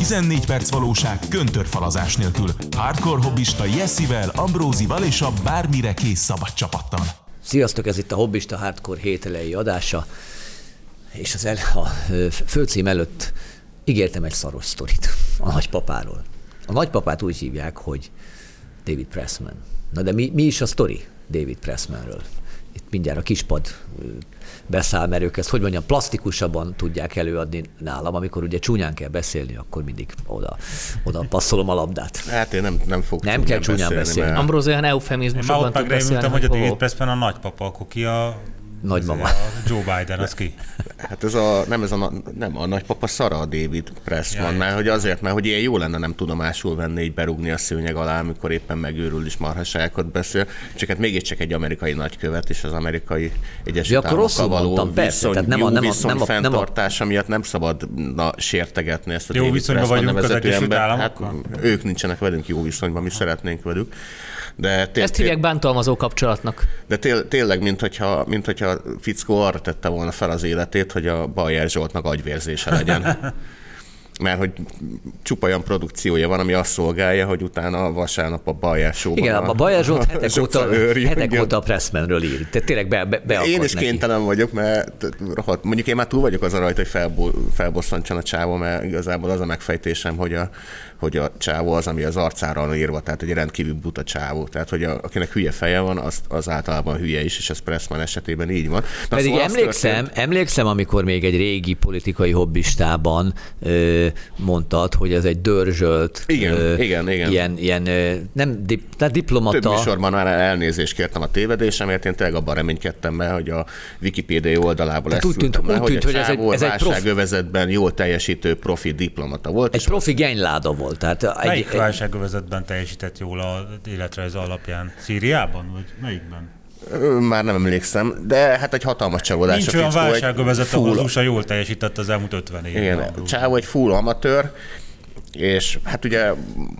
14 perc valóság köntörfalazás nélkül. Hardcore hobbista Jessivel, Ambrózival és a bármire kész szabad csapattal. Sziasztok, ez itt a Hobbista Hardcore hételei adása, és a főcím előtt ígértem egy szaros sztorit a nagypapáról. A nagypapát úgy hívják, hogy David Pressman. Na de mi is a sztori David Pressmanről? Itt mindjárt a kispad beszáll, mert ők ezt, hogy mondjam, plastikusabban tudják előadni nálam. Amikor ugye csúnyán kell beszélni, akkor mindig oda passzolom a labdát. Hát én nem fogok nem kell csúnyán beszélni. Ambrose olyan eufemizmusokban tud beszélni. Hogy a David Pressman a nagypapa, akkor ki a nagymama. A Joe Biden, az ki? Hát nem a nagypapa szara a David Pressman, mert hogy ilyen jó lenne nem tudomásul venni, így berúgni a szőnyeg alá, amikor éppen megőrül és marhaságokat beszél. Csak hát mégiscsak egy amerikai nagykövet, és az amerikai Egyesült Államokkal való fenntartása miatt nem szabadna sértegetni ezt a jó David Pressman nevezetű embert. Hát ők nincsenek velünk jó viszonyban, mi szeretnénk velük. Ezt hívják bántalmazó kapcsolatnak. De tényleg, mint hogyha fickó arra tette volna fel az életét, hogy a Bajer Zsoltnak agyvérzése legyen. Mert hogy csupa olyan produkciója van, ami azt szolgálja, hogy utána vasárnap a Bajer Show-ban... Igen, a Bajer Zsolt hetek óta a Pressmanről ír. Tehát tényleg beakad én is neki. Kénytelen vagyok, mert mondjuk én már túl vagyok azon rajta, hogy felbosszantson a csávó, mert igazából az a megfejtésem, hogy a csávó az, ami az arcára van írva, tehát egy rendkívül buta csávó. Tehát, hogy akinek hülye feje van, az általában hülye is, és ez Pressman esetében így van. Pedig emlékszem, amikor még egy régi politikai hobbistában mondtad, hogy ez egy dörzsölt, igen. Ilyen nem diplomata. Több műsorban már elnézést kértem a tévedésemért, én tényleg abban reménykedtem be, hogy a Wikipédia oldalából ezt tudtam le, hogy a csávó válságövezetben jól teljesítő profi diplomata volt. Egy profi genyláda volt. Tehát melyik válságövezetben teljesített jól az életrajz alapján? Szíriában, vagy melyikben? Már nem emlékszem, de hát egy hatalmas csalódás. Nincs olyan válságövezet, ahol az USA jól teljesített az elmúlt 50 évben. Igen, Csávó egy full amatőr, és hát ugye,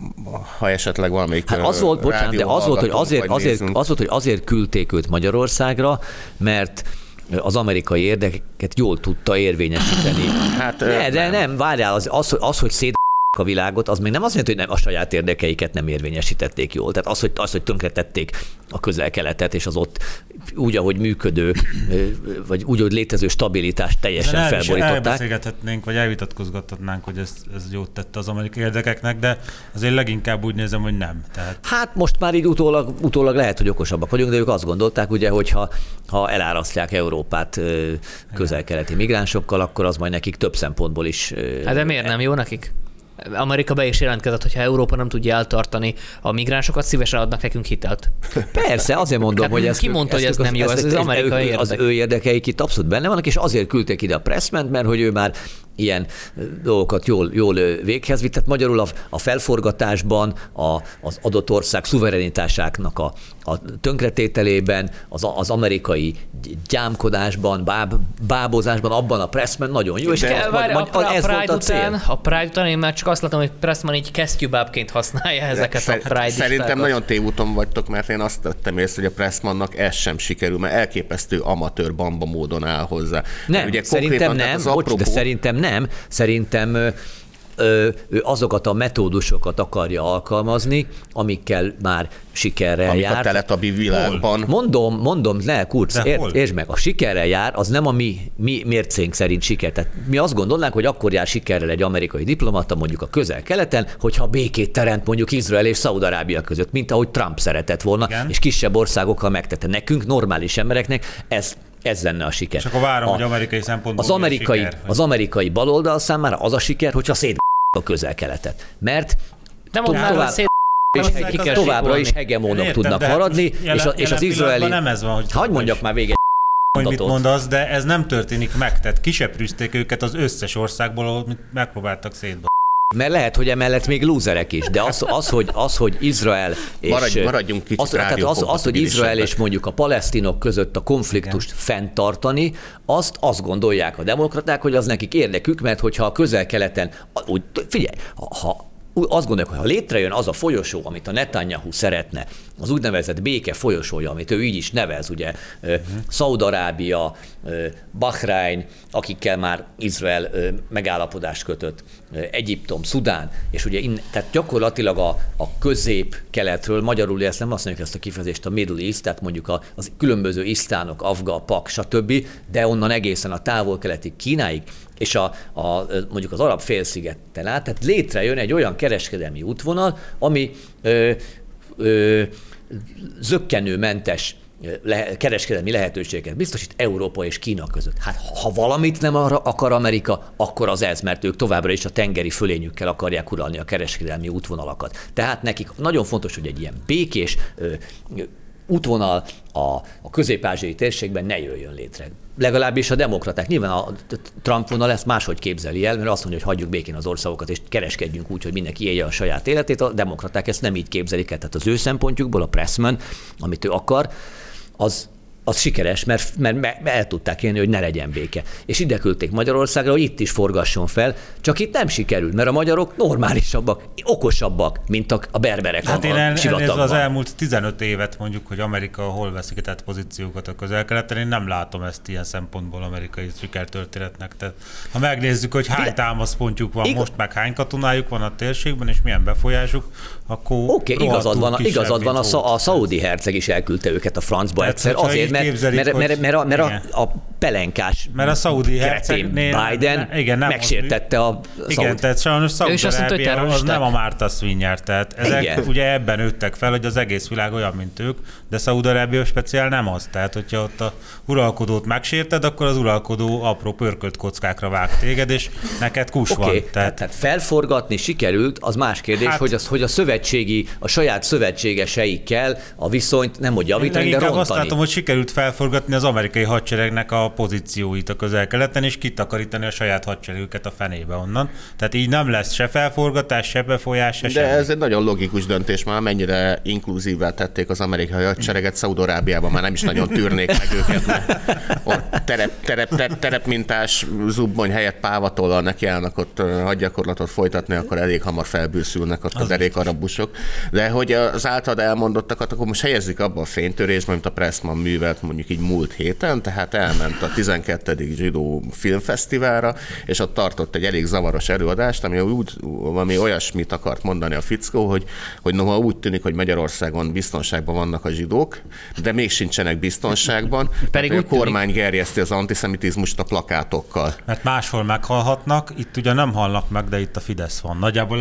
ha esetleg valamelyik az volt, bocsánat, de az volt, hogy azért küldték őt Magyarországra, mert az amerikai érdekeket jól tudta érvényesíteni. Hát, nem, várjál, az hogy szét a világot, az még nem azt jelenti, hogy nem a saját érdekeiket nem érvényesítették jól. Tehát az, hogy tönkretették a Közel-Keletet, és az ott úgy, ahogy működő, vagy úgy, hogy létező stabilitást teljesen felborították. Elbeszélgethetnénk, vagy elvitatkozgathatnánk, hogy ez jót tette az amerikai érdekeknek, de azért leginkább úgy nézem, hogy nem. Tehát... Hát most már így utólag lehet, hogy okosabbak vagyunk, de ők azt gondolták, ugye, hogy ha elárasztják Európát közel-keleti migránsokkal, akkor az majd nekik több szempontból is... Hát de miért nem jó nekik? Amerika be is jelentkezett, hogyha Európa nem tudja eltartani a migránsokat, szívesen adnak nekünk hitelt. Persze, azért mondom, hogy ki mondta, hogy ez nem jó, ez az amerikai érdek. Az ő érdekeik itt abszolút benne vannak, és azért küldték ide a Pressmant, mert hogy ő már ilyen dolgokat jól véghez vitt. Tehát magyarul a felforgatásban, az adott ország szuverenitásának a tönkretételében, az amerikai gyámkodásban, bábozásban, abban a Pressman nagyon jó. És a Pride után én már csak azt látom, hogy Pressman így kesztyűbábként használja ezeket a Pride-istákat. Szerintem nagyon tévúton vagytok, mert én azt tettem észre, hogy a Pressmannak ez sem sikerül, mert elképesztő amatőr bamba módon áll hozzá. Nem, ugye szerintem nem, de szerintem nem. Szerintem ő azokat a metódusokat akarja alkalmazni, amikkel már sikerrel jár. Amik a teletabi világban. Mondom, ne, Kurz, értsd meg, a sikerrel jár, az nem a mi mércénk szerint siker. Tehát mi azt gondolnánk, hogy akkor jár sikerrel egy amerikai diplomata, mondjuk a Közel-Keleten, hogyha békét teremt mondjuk Izrael és Szaúd-Arábia között, mint ahogy Trump szeretett volna, igen, és kisebb országokkal megtette. Nekünk, normális embereknek ez lenne a siker. És akkor várom, hogy amerikai szempontból az amerikai baloldal számára az a siker, hogyha a Közel-Keletet. Mert továbbra is hegemónok tudnak maradni, és az izraeli... Nem ez van, hogy... Hadd mondjak már véget. Hogy mit mondasz, de ez nem történik meg, tehát kiseprűzték őket az összes országból, ahol megpróbáltak szétba. Mert lehet, hogy emellett még lúzerek is, de az, hogy Izrael és... Maradjunk kicsit az, hogy Izrael és mondjuk a palesztinok között a konfliktust fenntartani, azt gondolják a demokraták, hogy az nekik érdekük, mert hogyha a Közel-Keleten... Figyelj, azt gondolják, hogy ha létrejön az a folyosó, amit a Netanyahu szeretne, az úgynevezett béke folyosója, amit ő így is nevez, ugye Szaúd-Arábia, Bahrein, akikkel már Izrael megállapodást kötött, Egyiptom, Szudán, és ugye tehát gyakorlatilag a közép-keletről, magyarul ezt nem használjuk ezt a kifejezést, a Middle East, tehát mondjuk az különböző isztánok, Afga, Pak, stb., de onnan egészen a távol-keleti Kínáig, és mondjuk az arab félszigeten át, tehát létrejön egy olyan kereskedelmi útvonal, ami zökkenőmentes kereskedelmi lehetőséget biztosít Európa és Kína között. Hát ha valamit nem akar Amerika, akkor az ez, mert ők továbbra is a tengeri fölényükkel akarják uralni a kereskedelmi útvonalakat. Tehát nekik nagyon fontos, hogy egy ilyen békés útvonal a közép-ázsiai térségben ne jöjjön létre. Legalábbis a demokraták. Nyilván a Trump vonal ezt máshogy képzeli el, mert azt mondja, hogy hagyjuk békén az országokat, és kereskedjünk úgy, hogy mindenki élje a saját életét. A demokraták ezt nem így képzelik el. Tehát az ő szempontjukból a Pressman, amit ő akar, az sikeres, mert el tudták élni, hogy ne legyen béke. És ide küldték Magyarországra, hogy itt is forgasson fel, csak itt nem sikerült, mert a magyarok normálisabbak, okosabbak, mint a berberek hát a sivatagban. Az elmúlt 15 évet mondjuk, hogy Amerika hol veszített pozíciókat a Közel-Keleten, én nem látom ezt ilyen szempontból amerikai sikertörténetnek. Tehát, ha megnézzük, hogy hány támaszpontjuk van most, meg hány katonájuk van a térségben, és milyen befolyásuk, akkor igazad van, a szaudi herceg is elküldte őket a francba egyszer, azért, mert a pelenkás mert a szaudi hercegnél Biden megsértette a igen, tehát sajnos Szaúd-Arábia az nem a Márta Svinyár, tehát ezek ugye ebben nőttek fel, hogy az egész világ olyan, mint ők, de Szaúd-Arábia speciál nem az. Tehát, hogyha ott a uralkodót megsérted, akkor az uralkodó apró pörkölt kockákra vág téged, és neked kus van. Tehát felforgatni sikerült, az más kérdés, hogy a saját szövetségeseikkel a viszonyt nem hogy javítani, de rontani. Azt látom, hogy sikerült felforgatni az amerikai hadseregnek a pozícióit a Közel-Keleten, és kitakarítani a saját hadseregüket a fenébe onnan. Tehát így nem lesz se felforgatás, se befolyás, se semmi. De ez egy nagyon logikus döntés, már mennyire inkluzívvá tették az amerikai hadsereget, Szaúd-Arábiában már nem is nagyon tűrnék meg őket, mert terepmintás zubbony helyett pávatollal nekiállnak ott hadgyakorlatot folytatni, akkor elég hamar felbűszülnek ott a derékarabusok. De hogy az általad elmondottakat, akkor most helyezzük abba a fénytörésbe, amit a Pressman művelt mondjuk így múlt héten, tehát elment a 12. zsidó filmfesztiválra, és ott tartott egy elég zavaros előadást, ami olyasmit akart mondani a fickó, hogy noha úgy tűnik, hogy Magyarországon biztonságban vannak a zsidók, de még sincsenek biztonságban, pedig a kormány gerjeszti az antiszemitizmust a plakátokkal. Mert máshol meghalhatnak, itt ugye nem halnak meg, de itt a Fidesz van. Nagyjából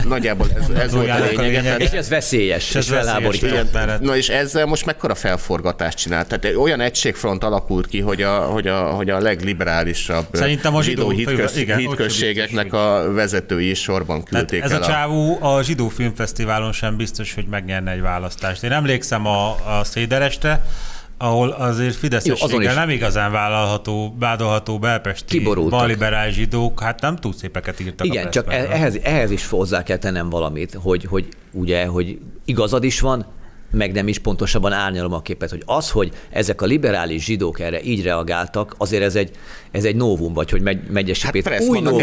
ez volt a lényeg. És ez veszélyes, és felháborító. Na és ezzel most mekkora felforgatást csinált? Tehát olyan egységfront alakult ki, hogy a legliberálisabb zsidó hitközségeknek a vezetői is sorban küldték el. Ez a csávó a zsidó filmfesztiválon sem biztos, hogy megnyerne egy választást. Én emlékszem a Széderestre, ahol azért fideszességgel nem igazán vádolható belpesti balliberális zsidók, hát nem túl szépeket írtak. Igen, csak ehhez is hozzá kell tennem valamit, hogy igazad is van, meg nem is pontosabban árnyalom a képet, hogy ezek a liberális zsidók erre így reagáltak, azért ez egy novum, vagy hogy Megyesi Péter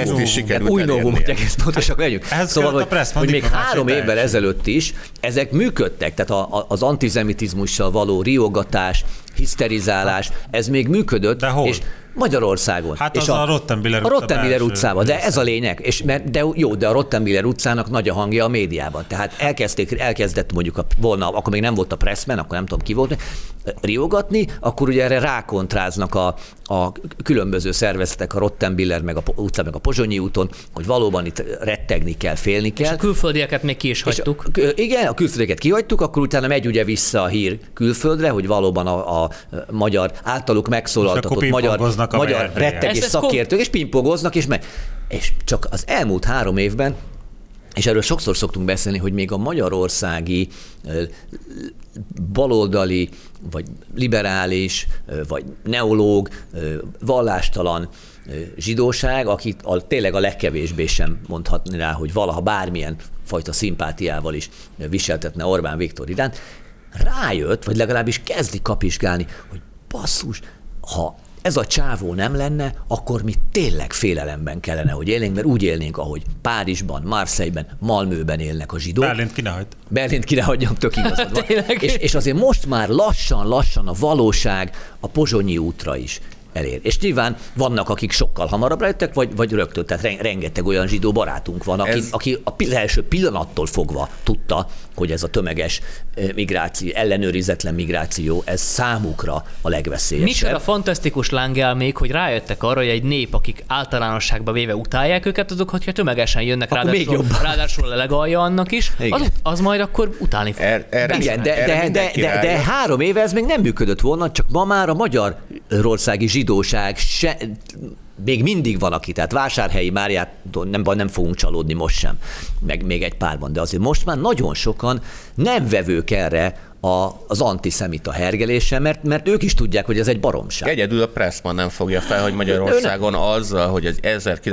új novum, hogy egész pontosak legyünk. Szóval, hogy még 3 évvel ezelőtt is ezek működtek, tehát az antizemitizmussal való riogatás, hiszterizálás, ez még működött, és Magyarországon. Hát és a Rottenbiller utcában, de ez a lényeg. De a Rottenbiller utcának nagy a hangja a médiában. Tehát elkezdett mondjuk volna, akkor még nem volt a Pressman, akkor nem tudom ki volt, riogatni, akkor ugye erre rákontráznak a különböző szervezetek, a Rottenbiller meg a utca, meg a Pozsonyi úton, hogy valóban itt rettegni kell, félni kell. És a külföldieket még ki is hagytuk. Igen, a külföldieket kihagytuk, akkor utána megy ugye vissza a hír külföldre, hogy valóban a magyar általuk megszólaltatott magyar rettegés szakértők, és pingpongoznak, és csak az elmúlt 3 évben, és erről sokszor szoktunk beszélni, hogy még a magyarországi baloldali, vagy liberális, vagy neológ, vallástalan zsidóság, akit tényleg a legkevésbé sem mondhatni rá, hogy valaha bármilyen fajta szimpátiával is viseltetne Orbán Viktor iránt, rájött, vagy legalábbis kezdi kapizsgálni, hogy basszus, ha ez a csávó nem lenne, akkor mi tényleg félelemben kellene, hogy élnénk, mert úgy élnénk, ahogy Párizsban, Marseille-ben, Malmöben élnek a zsidók. Berlint ki ne hagyjam, tök igazad van. És azért most már lassan a valóság a Pozsonyi útra is elér. És nyilván vannak, akik sokkal hamarabb rájöttek, vagy rögtön, tehát rengeteg olyan zsidó barátunk van, aki az első pillanattól fogva tudta, hogy ez a tömeges migráció, ellenőrizetlen migráció, ez számukra a legveszélyesebb. Micsoda fantasztikus lángelmék, hogy rájöttek arra, hogy egy nép, akik általánosságba véve utálják őket, azok, hogyha tömegesen jönnek, ráadásul a legalja annak is, az majd akkor utálni fog. Igen, de 3 éve ez még nem működött volna, csak ma már a magyarországi zsidóság még mindig van, aki, tehát Vásárhelyi Máriát nem fogunk csalódni most sem, meg még egy párban, de azért most már nagyon sokan nem vevők erre az antiszemita hergelése, mert ők is tudják, hogy ez egy baromság. Egyedül a Pressman nem fogja fel, hogy Magyarországon azzal, hogy az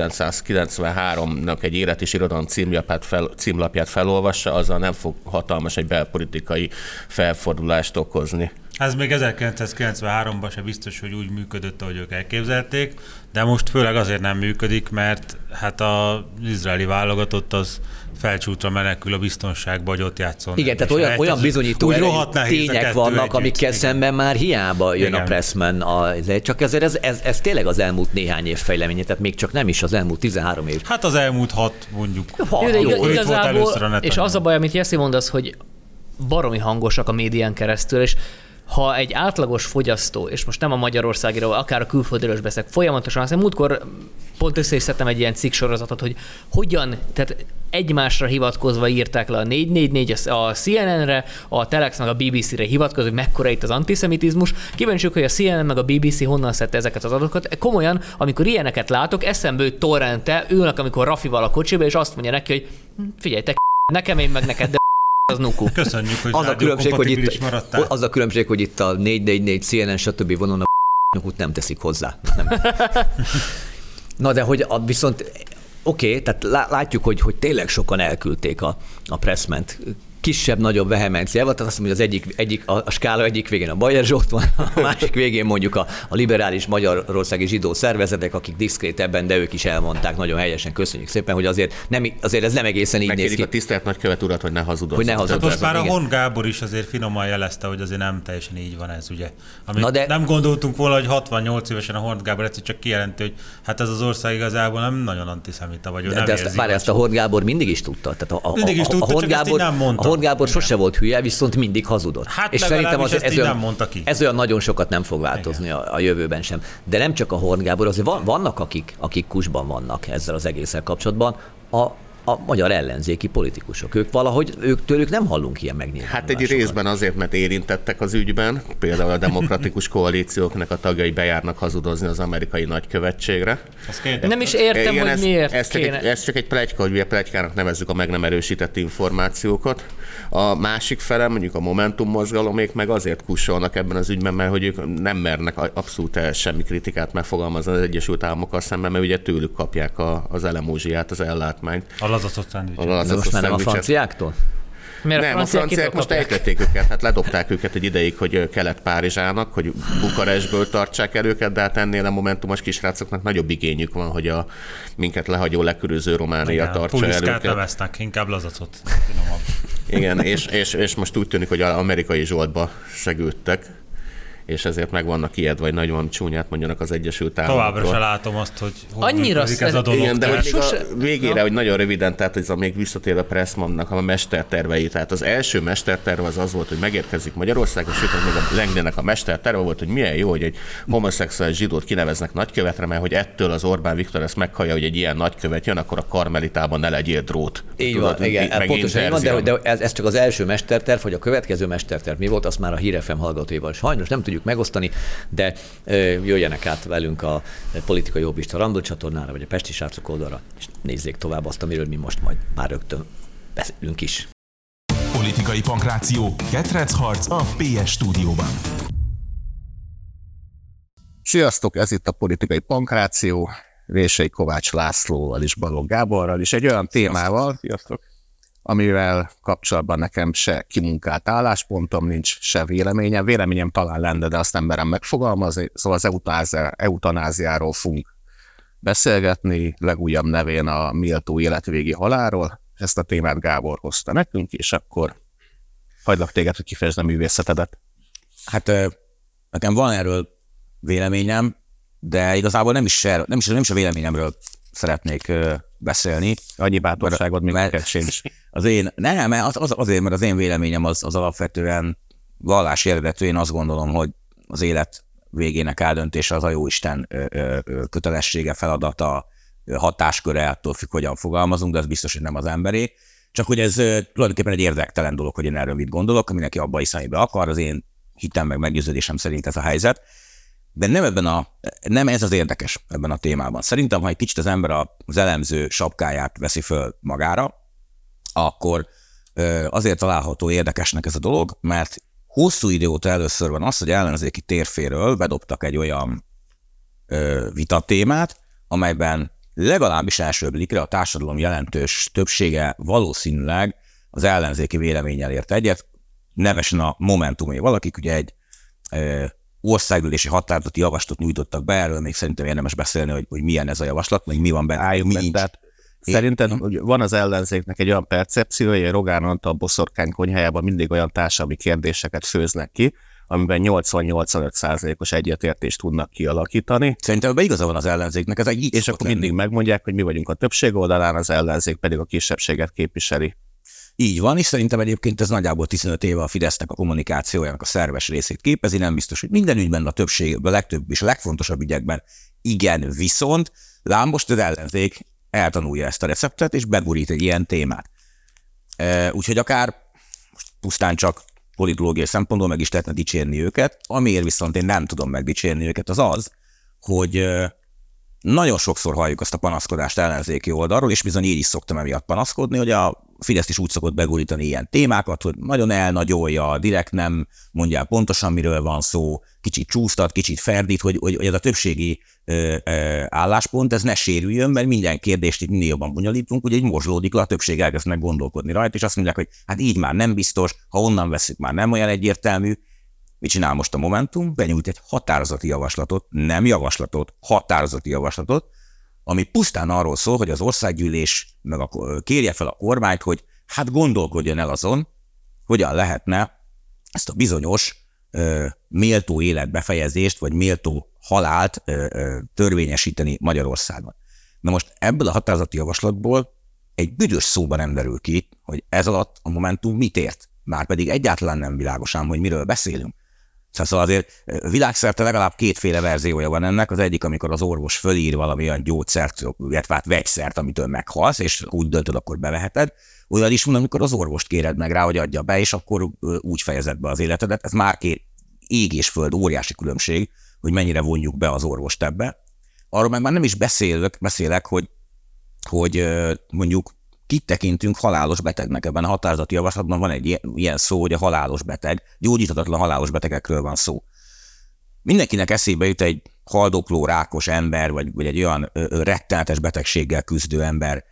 1993-nak egy élet és irodalom címlapját felolvassa, azzal nem fog hatalmas egy belpolitikai felfordulást okozni. Ez még 1993-ban se biztos, hogy úgy működött, ahogy ők elképzelték, de most főleg azért nem működik, mert hát az izraeli válogatott az felcsútra menekül a biztonságba, hogy ott játszon. Igen, tehát olyan bizonyító tények vannak, amikkel szemben már hiába jön a Pressman. Csak ez tényleg az elmúlt néhány év fejleménye, tehát még csak nem is az elmúlt 13 év. Hát az elmúlt 6 mondjuk. Igazából, és az a baj, amit Jesse mond, az, hogy baromi hangosak a médián keresztül, és ha egy átlagos fogyasztó, és most nem a magyarországiról, akár a külföldről is beszélek, folyamatosan, aztán múltkor pont össze is szedtem egy ilyen cikksorozatot, hogy hogyan, tehát egymásra hivatkozva írták le a 444, a CNN-re, a Telex meg a BBC-re hivatkozva, hogy mekkora itt az antiszemitizmus. Kíváncsiak, hogy a CNN meg a BBC honnan szedte ezeket az adatokat. Komolyan, amikor ilyeneket látok, eszembe jut Torrente, ülnek, amikor Rafival a kocsiba, és azt mondja neki, hogy figyelj, te nekem én meg neked, de az nuku. Köszönjük, hogy az a különbség, hogy itt a 444, CNN, stb. Vonalon a nem teszik hozzá. Nem. Na de hogy viszont oké, tehát látjuk, hogy tényleg sokan elküldték a Pressment. Kisebb-nagyobb vehemenciával, tehát azt mondja, hogy az a skála egyik végén a Bajer Zsolt van, a másik végén mondjuk a liberális magyarországi zsidó szervezetek, akik diszkrét ebben, de ők is elmondták nagyon helyesen, köszönjük szépen, hogy azért ez nem egészen így néz ki. A tisztelt nagykövet urat, hogy ne hazudozzon. Hát most már a Hont Gábor is azért finoman jelezte, hogy azért nem teljesen így van ez, ugye. Nem gondoltunk volna, hogy 68 évesen a Hont Gábor egyszer csak kijelenti, hogy hát ez az ország igazából nem nagyon antiszemita vagy. De ezt a Hont Gábor mindig is tudta. Mindig is tudta, csak ezt így nem mondta. Hont Gábor sose volt hülye, viszont mindig hazudott. Hát és szerintem ez olyan nagyon sokat nem fog változni a jövőben sem. De nem csak a Hont Gábor, azért vannak, akik kusban vannak ezzel az egésszel kapcsolatban. A magyar ellenzéki politikusok. Tőlük nem hallunk ilyen megnyilvánulásokat. Hát egy részben azért, mert érintettek az ügyben, például a demokratikus koalícióknak a tagjai bejárnak hazudozni az amerikai nagykövetségre. Nem is értem, hogy miért ez csak egy pletyka, hogy mi a pletykának nevezzük a meg nem erősített információkat. A másik fele, mondjuk a Momentum mozgalomék meg azért kussolnak ebben az ügyben, mert hogy ők nem mernek abszolút semmi kritikát megfogalmazni az Egyesült Államokkal szemben, mert ugye tőlük kapják az elemózsiát, az ellátmányt. De most már nem a franciáktól? Nem, a franciák most ejtették őket, hát ledobták őket egy ideig, hogy Kelet-Párizsának, hogy Bukarestből tartsák el őket, de hát ennél a momentumos kisrácoknak nagyobb igényük van, hogy a minket lehagyó, leküröző Románia tartsa el őket. Neveznek, inkább lazacot. Igen, és most úgy tűnik, hogy az amerikai Zsoltba szegődtek, és ezért meg vannak ijedve, vagy nagyon csúnyát mondjanak az Egyesült Államokról. Továbbra se látom azt, hogy annyira ez a dolog. Igen, de hogy végére, hogy nagyon röviden, tehát ez még visszatér a Pressmannak a mestertervei. Tehát az első mesterterve az volt, hogy megérkezik Magyarországra, sőt, még a Lenglének a mesterterve volt, hogy milyen jó, hogy egy homoszexuális zsidót kineveznek nagykövetre, mert hogy ettől az Orbán Viktor ezt meghallja, hogy egy ilyen nagykövet jön, akkor a Karmelitában ne legyél drót. Így van, igen, pontosan így van, de ez csak az első mesterterv, hogy a következő mesterterv mi volt, azt már a Hír FM hallgatóival sajnos nem tudjuk megosztani, de jöjjenek át velünk a Politikai Hobbista Rumble csatornára, vagy a Pesti Srácok oldalra, és nézzék tovább azt, amiről mi most majd már rögtön beszélünk is. Politikai pankráció, ketrecharc a PS stúdióban. Sziasztok, ez itt a Politikai Pankráció, Vései Kovács Lászlóval és Balogh Gáborral, és egy olyan témával, amivel kapcsolatban nekem se kimunkált álláspontom nincs, se véleményem. Véleményem talán lenne, de azt nem merem megfogalmazni. Szóval az eutanáziáról fogunk beszélgetni, legújabb nevén a méltó életvégi halálról. Ezt a témát Gábor hozta nekünk, és akkor hagylak téged, hogy kifejezd a művészetedet. Hát nekem van erről véleményem, de igazából nem is a véleményemről szeretnék beszélni. Annyi bátorságod, mint neked sincs. Azért, mert az én véleményem az alapvetően vallási eredetű. Én azt gondolom, hogy az élet végének eldöntése az a jóisten kötelessége, feladata, hatásköre, attól függ, hogyan fogalmazunk, de ez biztos, hogy nem az emberé. Csak hogy ez tulajdonképpen egy érdektelen dolog, hogy én erről mit gondolok, mindenki abba hiszem, amiben akar, az én hitem meg meggyőződésem szerint ez a helyzet. De nem ez az érdekes ebben a témában. Szerintem, ha egy kicsit az ember az elemző sapkáját veszi föl magára, akkor azért található érdekesnek ez a dolog, mert hosszú idő óta először van az, hogy ellenzéki térféről bedobtak egy olyan vitatémát, amelyben legalábbis első blikre a társadalom jelentős többsége valószínűleg az ellenzéki véleménnyel ért egyet, nevesen a Momentumé valakik, ugye egy országgyűlési határozati javaslatot nyújtottak be, erről még szerintem érdemes beszélni, hogy milyen ez a javaslat, meg mi van benne. Szerinted van az ellenzéknek egy olyan percepciója, hogy Rogán Antal boszorkány konyhájában mindig olyan társadalmi kérdéseket főznek ki, amiben 80-85%-os egyetértést tudnak kialakítani. Szerintem ebben igaza van az ellenzéknek, ez egy és akkor mindig megmondják, hogy mi vagyunk a többség oldalán, az ellenzék pedig a kisebbséget képviseli. Így van, és szerintem egyébként ez nagyjából 15 éve a Fidesznek a kommunikációjának a szerves részét képezi, nem biztos, hogy minden ügyben, a többség, a legtöbb és a legfontosabb ügyekben igen, viszont lám most az ellenzék eltanulja ezt a receptet, és begurít egy ilyen témát. Úgyhogy akár most pusztán csak politológiai szempontból meg is lehetne dicsérni őket, amiért viszont én nem tudom megdicsérni őket, az, hogy nagyon sokszor halljuk azt a panaszkodást ellenzéki oldalról, és bizony így is szoktam emiatt panaszkodni, hogy a Fidesz is úgy szokott begurítani ilyen témákat, hogy nagyon elnagyolja, direkt nem mondja pontosan, miről van szó, kicsit csúsztat, kicsit ferdít, hogy ez a többségi álláspont, ez ne sérüljön, mert minden kérdést itt minél jobban bonyolítunk, ugye egy morzsolódik le, a többség elkezd gondolkodni rajta, és azt mondják, hogy hát így már nem biztos, ha onnan veszük, már nem olyan egyértelmű. Mit csinál most a Momentum? Benyújt egy határozati javaslatot, nem javaslatot, határozati javaslatot, ami pusztán arról szól, hogy az országgyűlés kérje fel a kormányt, hogy hát gondolkodjon el azon, hogyan lehetne ezt a bizonyos méltó életbefejezést, vagy méltó halált törvényesíteni Magyarországon. Na most ebből a határozati javaslatból egy büdös szóban nem derül ki, hogy ez alatt a Momentum mit ért. Márpedig egyáltalán nem világos ám, hogy miről beszélünk. Szóval azért világszerte legalább kétféle verziója van ennek. Az egyik, amikor az orvos fölír valami olyan gyógyszert, illetve hát vegyszert, amitől meghalsz, és úgy döntöd, akkor beveheted. Olyan is van, amikor az orvost kéred meg rá, hogy adja be, és akkor úgy fejezed be az életedet. Ez már két ég és föld óriási különbség, hogy mennyire vonjuk be az orvost ebbe. Arról meg már nem is beszélek, hogy mondjuk kit tekintünk halálos betegnek. Ebben a határozati javaslatban van egy ilyen szó, hogy a halálos beteg, gyógyíthatatlan halálos betegekről van szó. Mindenkinek eszébe jut egy haldokló, rákos ember, vagy egy olyan rettenetes betegséggel küzdő ember,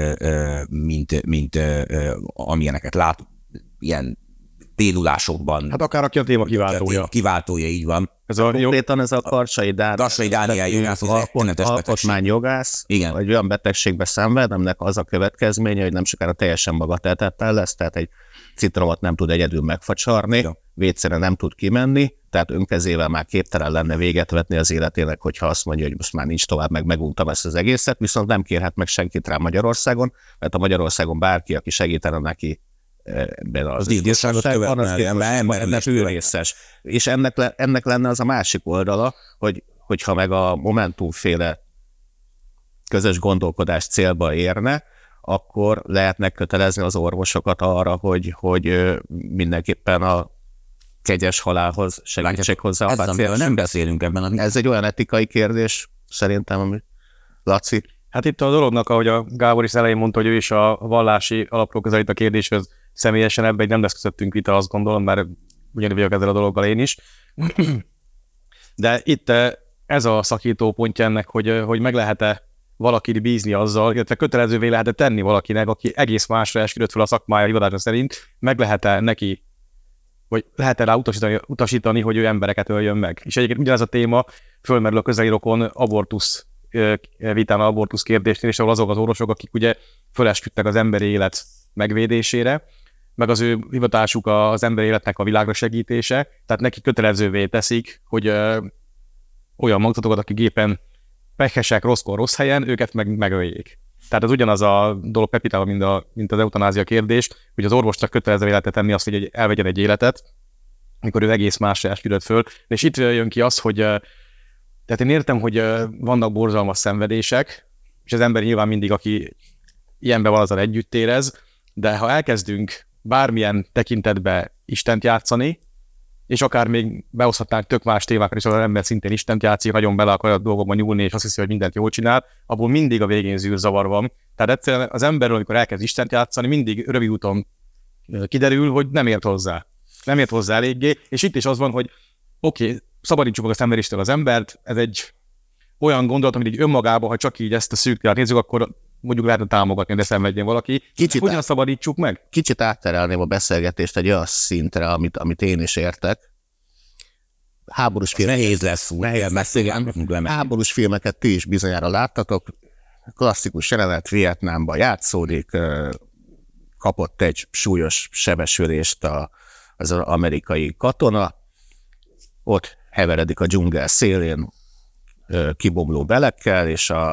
mint amilyeneket lát, ilyen dédulásokban. Hát akár aki a téma kiváltója. Kiváltója, így van. Konkrétan ez a Karsai Dániel jogász, az alkotmányjogász, egy olyan betegségbe szenved, aminek az a következménye, hogy nem sokára teljesen bagateltetlen lesz, tehát egy citromot nem tud egyedül megfacsarni, vécére nem tud kimenni, tehát önkezével már képtelen lenne véget vetni az életének, hogyha azt mondja, hogy most már nincs tovább, meguntam ezt az egészet, viszont nem kérhet meg senkit rá Magyarországon, mert a Magyarországon bárki, aki segítene neki ebben az gyilkosságot követne, és ennek lenne az a másik oldala, hogyha meg a Momentumféle közös gondolkodás célba érne, akkor lehetne kötelezni az orvosokat arra, hogy mindenképpen a kegyes halálhoz segítsék hozzá a páciens. Nem beszélünk ebben. Ez egy olyan etikai kérdés, szerintem, ami Laci. Hát itt a dolognak, ahogy a Gábor is elején mondta, hogy ő is a vallási alapról közelít a kérdéshez, személyesen ebben nem lesz közöttünk vita, azt gondolom, mert ugyanúgy vagyok ezzel a dologgal én is. De itt ez a szakító pontja ennek, hogy meg lehet-e valakit bízni azzal, illetve kötelezővé lehet tenni valakinek, aki egész másra esküdött fel a szakmája hivatása szerint, meg lehet-e neki, vagy lehet-e rá utasítani, hogy ő embereket öljön meg. És egyébként ugyanez a téma fölmerül a közelírokon abortusz vitán, abortusz kérdésnél, és ahol azok az orvosok, akik ugye fölesküdtek az emberi élet megvédésére, meg az ő hivatásuk az emberi életnek a világra segítése, tehát neki kötelezővé teszik, hogy olyan magzatokat, akik éppen pehesek rosszkor rossz helyen, őket megöljék. Tehát ez ugyanaz a dolog Pepitával, mint az eutanázia kérdés, hogy az orvosnak kötelezővé lehet tenni azt, hogy elvegyen egy életet, amikor ő egész másra esküdött föl. És itt jön ki az, hogy tehát én értem, hogy vannak borzalmas szenvedések, és az ember nyilván mindig, aki ilyenben van, azzal együtt érez, de ha elkezdünk bármilyen tekintetbe Istent játszani, és akár még behozhatnánk tök más témákat, és az ember szintén Istent játszik, nagyon bele akar a dolgokban nyúlni, és azt hiszi, hogy mindent jól csinál, abból mindig a végén zűrzavar van. Tehát egyszerűen az emberről, amikor elkezd Istent játszani, mindig rövid úton kiderül, hogy nem ért hozzá. Nem ért hozzá eléggé, és itt is az van, hogy oké, szabadítsuk meg a szenvedéstől az embert, ez egy olyan gondolat, amit így önmagában, ha csak így ezt a szűk témát nézzük, akkor mondjuk lehetne támogatni, de szenvedjen valaki. Hogyan szabadítsuk meg? Kicsit átterelném a beszélgetést egy olyan szintre, amit én is értek. Háborús filmek. Nehéz lesz, háborús filmeket ti is bizonyára láttatok. Klasszikus jelenet, Vietnámban játszódik, kapott egy súlyos sebesülést az amerikai katona, ott heveredik a dzsungel szélén, kibomló belekkel,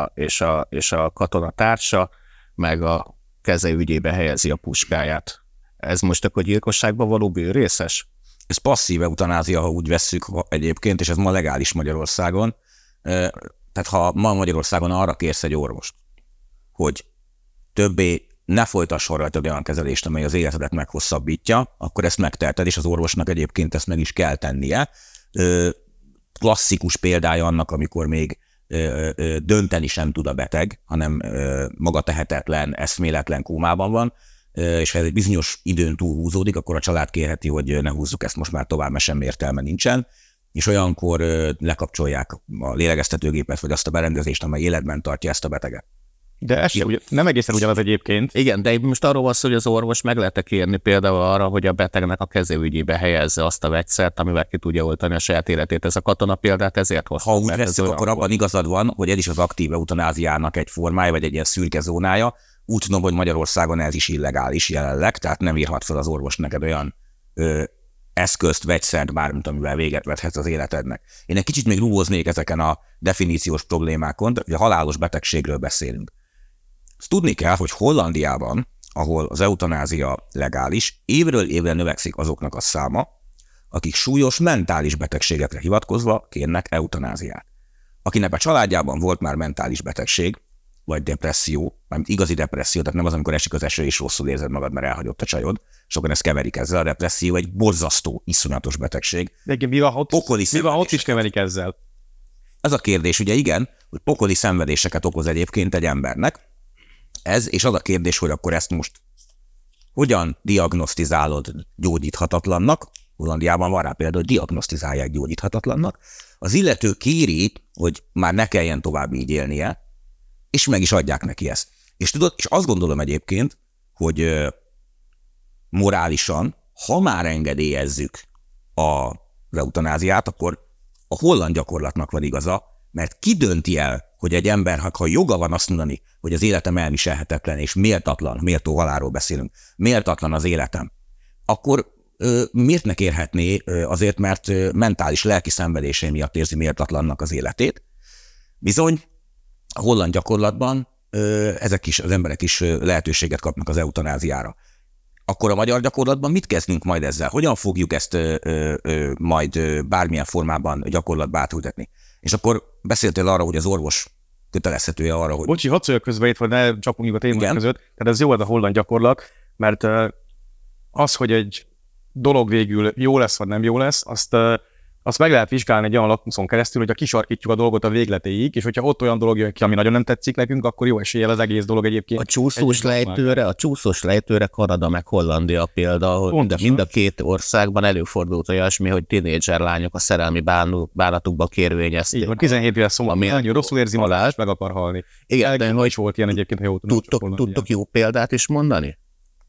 és a katona társa meg a keze ügyébe helyezi a puskáját. Ez most akkor gyilkosságban való bűnrészes? Ez passzív eutanázia, ha úgy vesszük egyébként, és ez ma legális Magyarországon. Tehát ha ma Magyarországon arra kérsz egy orvost, hogy többé ne folytasson rajta olyan kezelést, amely az életedet meghosszabbítja, akkor ezt megteheted, és az orvosnak egyébként ezt meg is kell tennie. Klasszikus példája annak, amikor még dönteni sem tud a beteg, hanem magatehetetlen, eszméletlen kómában van, és ha ez egy bizonyos időn túl húzódik, akkor a család kérheti, hogy ne húzzuk ezt most már tovább, mert semmi értelme nincsen, és olyankor lekapcsolják a lélegeztetőgépet, vagy azt a berendezést, amely életben tartja ezt a beteget. De ez nem egészen ugyanaz egyébként. Igen, de most arról van szó, hogy az orvos meg lehet kérni például arra, hogy a betegnek a kezéügyébe helyezze azt a vegyszert, amivel ki tudja oltani a saját életét. Ez a katona példát ezért hozta. Ha úgy veszük, akkor abban igazad van, hogy ez is az aktív eutanáziának egy formája, vagy egy ilyen szürke zónája. Úgy tudom, hogy Magyarországon ez is illegális jelenleg, tehát nem írhat fel az orvos neked olyan eszközt, vegyszert, bármit, amivel véget vethetsz az életednek. Én egy kicsit még rúgóznék ezeken a definíciós problémákon, de a halálos betegségről beszélünk. Azt tudni kell, hogy Hollandiában, ahol az eutanázia legális, évről évre növekszik azoknak a száma, akik súlyos mentális betegségekre hivatkozva kérnek eutanáziát. Akinek a családjában volt már mentális betegség, vagy depresszió, mármint igazi depresszió, tehát nem az, amikor esik az eső és rosszul érzed magad, mert elhagyott a csajod. Sokan ezt keverik ezzel, a depresszió egy borzasztó, iszonyatos betegség. De mi van, ott is keverik ezzel? Ez a kérdés, ugye igen, hogy pokoli szenvedéseket okoz egyébként egy embernek. Ez, és az a kérdés, hogy akkor ezt most hogyan diagnosztizálod gyógyíthatatlannak? Hollandiában van rá például, hogy diagnosztizálják gyógyíthatatlannak. Az illető kéri, hogy már ne kelljen tovább így élnie, és meg is adják neki ezt. És tudod, és azt gondolom egyébként, hogy morálisan, ha már engedélyezzük az eutanáziát, akkor a holland gyakorlatnak van igaza, mert ki dönti el, hogy egy ember, ha joga van azt mondani, hogy az életem elviselhetetlen és méltatlan, méltó halálról beszélünk, méltatlan az életem, akkor miért ne kérhetné azért, mert mentális, lelki szenvedései miatt érzi méltatlannak az életét? Bizony, a holland gyakorlatban ezek is, az emberek is lehetőséget kapnak az eutanáziára. Akkor a magyar gyakorlatban mit kezdünk majd ezzel? Hogyan fogjuk ezt majd bármilyen formában gyakorlatba átültetni? És akkor beszéltél arra, hogy az orvos kötelezhetője arra, hogy... Bocsi, hadd szóljak közben itt, hogy ne csapunk a témák között. Tehát ez jó az a holland gyakorlat, mert az, hogy egy dolog végül jó lesz, vagy nem jó lesz, azt azt meg lehet vizsgálni egy olyan lakmuszon keresztül, hogy kisarkítjuk a dolgot a végletéig, és hogyha ott olyan dolog jön ki, ami nagyon nem tetszik nekünk, akkor jó eséllyel az egész dolog egyébként. A csúszós lejtőre Kanada meg Hollandia példa, mind a két országban előfordult olyasmi, hogy tínédzser lányok a szerelmi bánatukba kérvényezték. Igen, 17 éves szomorú, nagyon rosszul érzi magát, meg akar halni. Igen, de hogy volt ilyen egyébként, ha jól tudom. Tudtok jó példát is mondani?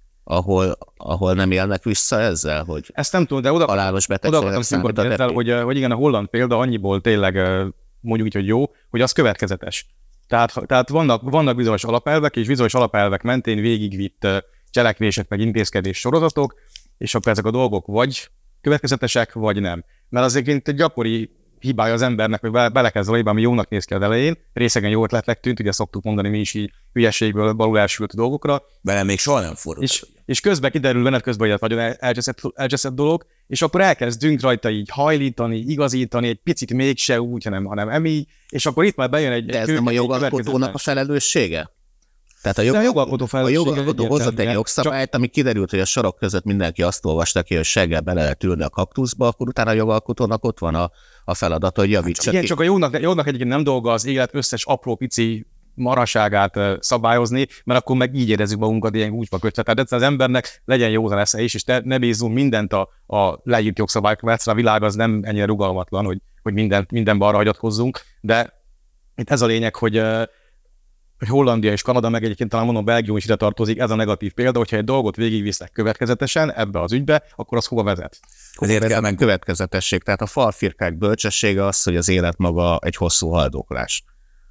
Ahol nem élnek vissza ezzel, hogy ezt nem tudom, de oda akartam szimkodni ezzel, hogy igen, a holland példa annyiból tényleg mondjuk így, hogy jó, hogy az következetes. Tehát vannak bizonyos alapelvek, és bizonyos alapelvek mentén végigvitt cselekvések, meg intézkedés sorozatok, és akkor ezek a dolgok vagy következetesek, vagy nem. Mert azért egy gyakori hibája az embernek, hogy belekezd a lébe, ami jónak néz ki az elején, részegen jó ötletnek tűnt, ugye szoktuk mondani mi is így hülyeségből balul elsült dolgokra. Velem még soha nem fordult. És közben kiderül menet közben, hogy ez nagyon elcseszett dolog, és akkor elkezdünk rajta így hajlítani, igazítani, egy picit mégse úgy, hanem emi, és akkor itt már bejön egy... De ez nem a jogalkotónak a felelőssége? Tehát a jogalkotó hozott egy jogszabályt, ami kiderült, hogy a sorok között mindenki azt olvasta ki, hogy seggel bele lehet ülni a kaktuszba, akkor utána a jogalkotónak ott van a feladat, hogy javítsa ki. Csak a jónak egyébként nem dolga az élet összes apró pici maraságát szabályozni, mert akkor meg így érezzük magunkat ilyen húsba kötve. Tehát az embernek legyen józan esze is, és ne bízzunk mindent a leírt jogszabályokra, mert a világ az nem ennyire rugalmatlan, hogy mindenbe arra hagyatkozzunk, de itt ez a lényeg, hogy Hollandia és Kanada, meg egyébként talán mondom, Belgium is ide tartozik, ez a negatív példa, hogyha egy dolgot végigvisznek következetesen ebbe az ügybe, akkor az hova vezet? Ezért kell meg következetesség. Tehát a falfirkák bölcsessége az, hogy az élet maga egy hosszú haldoklás.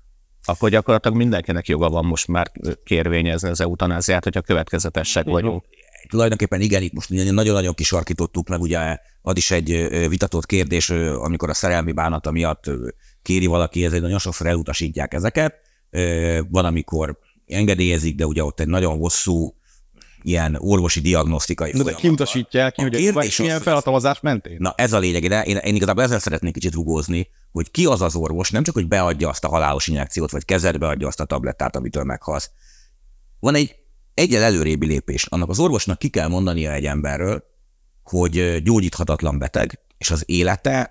Akkor gyakorlatilag mindenkinek joga van most már kérvényezni az eutanáziát, hogyha következetesek vagyunk. Tulajdonképpen igen, itt most nagyon-nagyon kisarkítottuk meg, ugye az is egy vitatott kérdés, amikor a szerelmi bánata miatt kéri valaki, ezért nagyon sokszor elutasítják ezeket. Van, amikor engedélyezik, de ugye ott egy nagyon hosszú ilyen orvosi diagnosztikai folyamat. De kiutasítják ki, hogy milyen felhatalmazás mentén? Na ez a lényeg, de én igazából ezzel szeretnék kicsit rugózni, hogy ki az az orvos, nem csak, hogy beadja azt a halálos injekciót, vagy kezedbe adja azt a tablettát, amitől meghalsz. Van egy egyel előrébi lépés. Annak az orvosnak ki kell mondania egy emberről, hogy gyógyíthatatlan beteg, és az élete,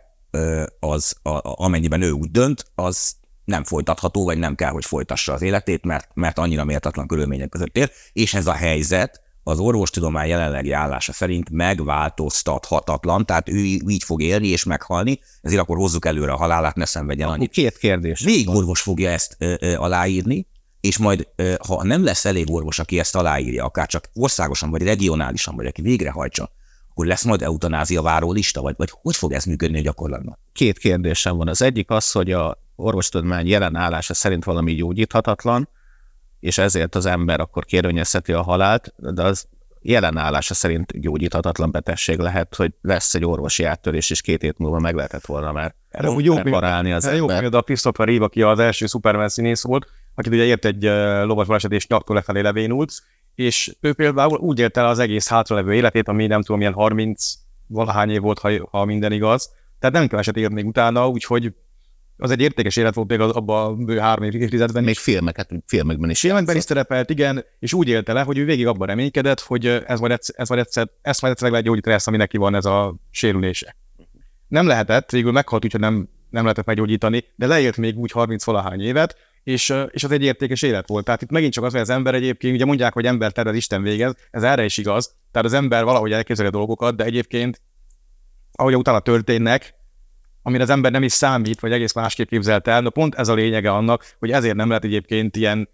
amennyiben ő úgy dönt, az nem folytatható, vagy nem kell, hogy folytassa az életét, mert annyira méltatlan körülmények között él, és ez a helyzet az orvostudomány jelenlegi állása szerint megváltoztathatatlan, tehát ő így fog élni és meghalni, ezért akkor hozzuk előre a halálát, ne szenvedjen annyit. Két kérdés. Végig orvos fogja ezt aláírni, és majd, ha nem lesz elég orvos, aki ezt aláírja, akár csak országosan, vagy regionálisan, vagy aki végrehajtsa, akkor lesz majd eutanázia váró lista, vagy hogy fog ez működni a gyakorlatban? Két kérdésem van. Az egyik az, hogy a orvostudomány jelen állása szerint valami gyógyíthatatlan, és ezért az ember akkor kérvényezheti a halált, de az jelen állása szerint gyógyíthatatlan betegség lehet, hogy lesz egy orvosi áttörés, és 2 hét múlva meg lehetett volna már reparálni az ember. Jó példa a Christopher Reeve, aki az első Superman színész volt, akit ugye ért egy lovas baleset, és nyaktól lefelé levénult, és ő például úgy élte el az egész hátralevő életét, ami nem tudom, milyen 30-valahány év volt, ha minden igaz. Tehát nem keveset élt még utána, úgyhogy az egy értékes élet volt még abban a 3 évtizedben. Még filmekben is. Filmekben is szerepelt, igen, és úgy élte le, hogy ő végig abban reménykedett, hogy ezt majd egyszer meg lehet gyógyítani, ezt, ami neki van, ez a sérülése. Nem lehetett, végül meghalt, úgyhogy nem lehetett meggyógyítani, de leélt még úgy 30-valahány évet, és az egy értékes élet volt. Tehát itt megint csak az, hogy az ember egyébként, ugye mondják, hogy ember tervez, Isten végez, ez erre is igaz. Tehát az ember valahogy elképzeli a dolgokat, de egyébként, ahogy utána történnek, amire az ember nem is számít, vagy egész másképp képzelte el, pont ez a lényege annak, hogy ezért nem lehet egyébként ilyen,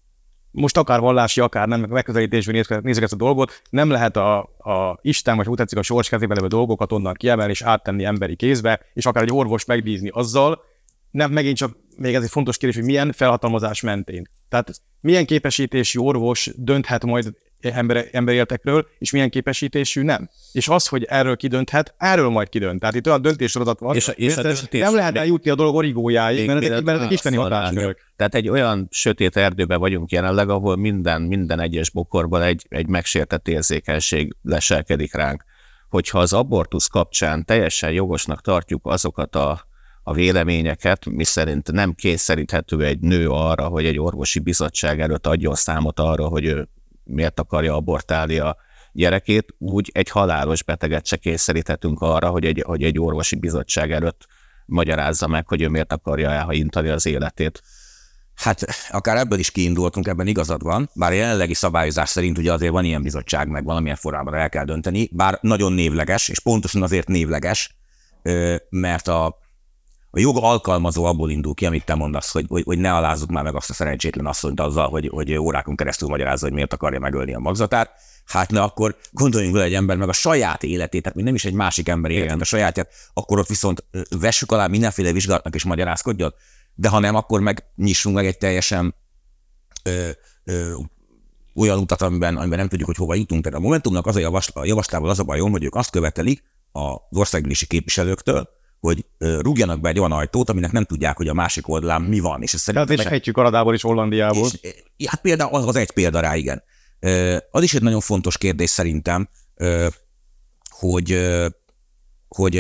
most akár vallási, akár nem, megközelítésben nézzük ezt a dolgot, nem lehet a Isten, vagy úgy tetszik a sors kezébe levő dolgokat onnan kiemelni és áttenni emberi kézbe, és akár egy orvos megbízni azzal, nem, megint csak még ez egy fontos kérdés, hogy milyen felhatalmazás mentén. Tehát milyen képesítésű orvos dönthet majd emberéletekről, és milyen képesítésű nem. És az, hogy erről kidönthet, erről majd kidönt. Tehát itt olyan döntéssorozat van, és nem lehet eljutni a dolog origójáig, mert egy isteni hatáskörök. Tehát egy olyan sötét erdőben vagyunk jelenleg, ahol minden egyes bokorban egy megsértett érzékenység leselkedik ránk. Hogyha az abortusz kapcsán teljesen jogosnak tartjuk azokat a véleményeket, miszerint nem kényszeríthető egy nő arra, hogy egy orvosi bizottság előtt adjon számot arra, hogy ő miért akarja abortálni a gyerekét, úgy egy halálos beteget se kényszeríthetünk arra, hogy egy orvosi bizottság előtt magyarázza meg, hogy ő miért akarja elhajintani az életét. Hát akár ebből is kiindultunk, ebben igazad van, bár a jelenlegi szabályozás szerint ugye azért van ilyen bizottság, meg valamilyen formában el kell dönteni, bár nagyon névleges, és pontosan azért névleges, mert a jog alkalmazó abból indul ki, amit te mondasz, hogy ne alázzuk már meg azt a szerencsétlen asszonyt azzal, hogy órákon keresztül magyarázza, hogy miért akarja megölni a magzatát. Hát ne, akkor gondoljunk vele, egy ember meg a saját életét, tehát még nem is egy másik ember életét, a sajátját, akkor ott viszont vessük alá mindenféle vizsgálatnak és magyarázkodjon, de ha nem, akkor meg nyissunk meg egy teljesen olyan utat, amiben nem tudjuk, hogy hova jutunk. Tehát a Momentumnak az a javaslatával az a bajom, hogy ők azt követelik az országgyűlési képviselőktől, hogy rúgjanak be egy olyan ajtót, aminek nem tudják, hogy a másik oldalán mi van. És tehát értjük Kanadából és Hollandiából. Hát például az egy példa rá, igen. Az is egy nagyon fontos kérdés szerintem, hogy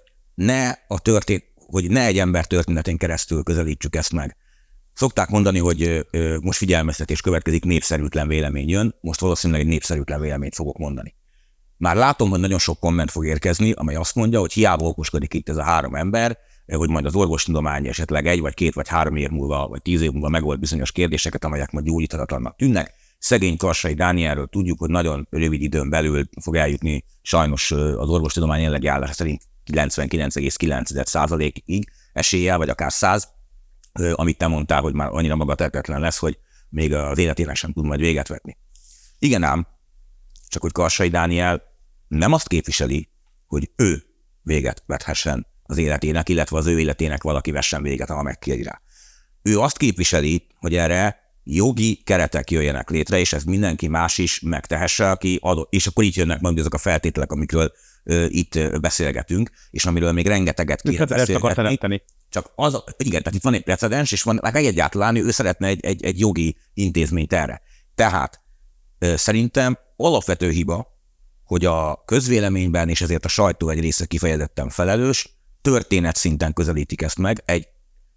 ne egy ember történetén keresztül közelítsük ezt meg. Szokták mondani, hogy most figyelmeztetés következik, népszerűtlen vélemény jön, most valószínűleg egy népszerűtlen véleményt fogok mondani. Már látom, hogy nagyon sok komment fog érkezni, amely azt mondja, hogy hiába okoskodik itt ez a 3 ember, hogy majd az orvostudomány esetleg 1 vagy 2 vagy 3 év múlva, vagy 10 év múlva megold bizonyos kérdéseket, amelyek majd gyógyíthatatlannak tűnnek. Szegény Karsai Dánielről tudjuk, hogy nagyon rövid időn belül fog eljutni sajnos az orvostudomány jelenlegi állása szerint 99,9%-ig eséllyel, vagy akár 100, amit te mondtál, hogy már annyira magatehetetlen lesz, hogy még az életének sem tud majd véget vetni. Igen ám, csak hogy Karsai Dániel nem azt képviseli, hogy ő véget vethessen az életének, illetve az ő életének valaki vessen véget, ha megkéri rá. Ő azt képviseli, hogy erre jogi keretek jöjjenek létre, és ez mindenki más is megtehesse, aki adott, és akkor itt jönnek majd azok a feltételek, amikről itt beszélgetünk, és amiről még rengeteget kéne beszélgetni. Csak az, igen, tehát itt van egy precedens, és van egyáltalán ő szeretne egy jogi intézményt erre. Tehát szerintem alapvető hiba, hogy a közvéleményben, és ezért a sajtó egy része kifejezetten felelős, történetszinten közelítik ezt meg, egy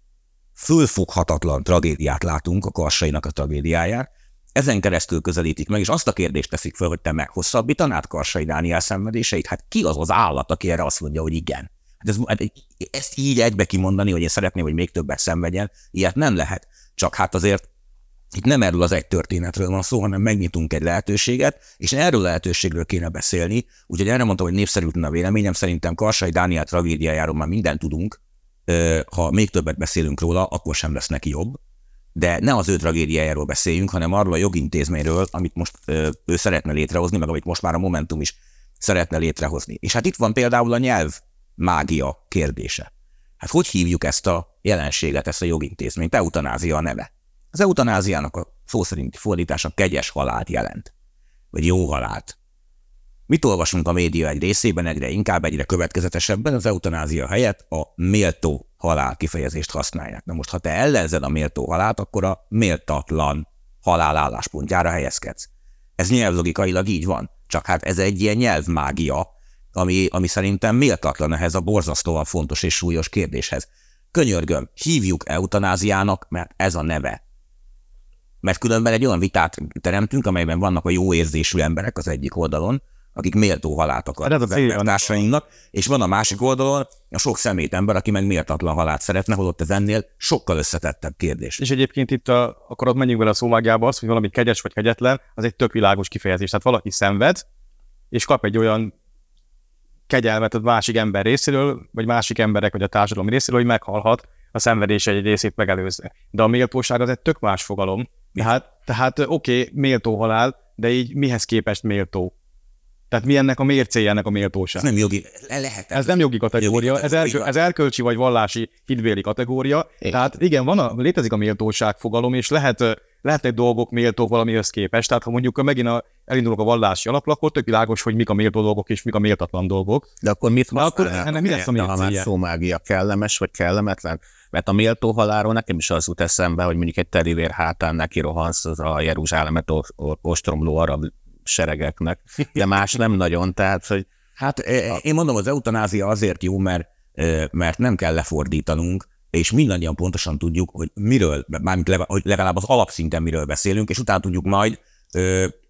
fölfoghatatlan tragédiát látunk, a Karsainak a tragédiáját, ezen keresztül közelítik meg, és azt a kérdést teszik fel, hogy te meghosszabbítanád Karsai Dániel szenvedéseit? Hát ki az az állat, aki erre azt mondja, hogy igen? Hát ezt így egybe kimondani, hogy én szeretném, hogy még többet szenvedjen, ilyet nem lehet. Csak hát azért itt nem erről az egy történetről van szó, hanem megnyitunk egy lehetőséget, és erről a lehetőségről kéne beszélni. Úgyhogy erre mondtam, hogy népszerűtlen a véleményem, szerintem Karsai Dániel tragédiájáról már mindent tudunk, ha még többet beszélünk róla, akkor sem lesz neki jobb. De ne az ő tragédiájáról beszéljünk, hanem arról a jogintézményről, amit most ő szeretne létrehozni, meg amit most már a Momentum is szeretne létrehozni. És hát itt van például a nyelv mágia kérdése. Hát hogy hívjuk ezt a jelenséget, ezt a jogintézményt? Eutanázia a neve. Az eutanáziának a szó szerinti fordítása kegyes halált jelent. Vagy jó halált. Mit olvasunk a média egy részében, egyre inkább, egyre következetesebben, az eutanázia helyett a méltó halál kifejezést használják. Na most, ha te ellenzed a méltó halált, akkor a méltatlan halál álláspontjára helyezkedsz. Ez nyelvlogikailag így van. Csak hát ez egy ilyen nyelvmágia, ami szerintem méltatlan ehhez a borzasztóan fontos és súlyos kérdéshez. Könyörgöm, hívjuk eutanáziának, mert ez a neve. Mert különben egy olyan vitát teremtünk, amelyben vannak a jó érzésű emberek az egyik oldalon, akik méltó halált akarnak az embertársainknak, és van a másik oldalon a sok szemét ember, aki meg méltatlan halált szeretne, holott ez ennél sokkal összetettebb kérdés. És egyébként itt akkor ott menjünk vele a szómágiába, az, hogy valami kegyes vagy kegyetlen, az egy tök világos kifejezés. Tehát valaki szenved, és kap egy olyan kegyelmet a másik ember részéről, vagy másik emberek, vagy a társadalom részéről, hogy meghalhat a szenvedése egy részét megelőzve. De a méltóság az egy tök más fogalom. Tehát oké, méltó halál, de így mihez képest méltó? Tehát mi ennek a mércéje, ennek a méltóság? Ez nem jogi, lehet. Ez nem jogi kategória, ez erkölcsi vagy vallási hitvéli kategória. Igen. Tehát igen, létezik a méltóság fogalom, és lehetnek dolgok méltók valamihez képest. Tehát ha mondjuk megint elindulok a vallási alapra, akkor tök világos, hogy mik a méltó dolgok és mik a méltatlan dolgok. De akkor mit használják? Ennek mi lesz a mércéje? Ha már szómágia kellemes vagy kellemetlen? Mert a méltó halálról nekem is az jut eszembe, hogy mondjuk egy terivér hátán neki rohansz az a Jeruzsálemet ostromló arab seregeknek, de más nem nagyon, tehát, hogy... Hát én mondom, az eutanázia azért jó, mert nem kell lefordítanunk, és mindannyian pontosan tudjuk, hogy miről, mármint hogy legalább az alapszinten miről beszélünk, és utána tudjuk majd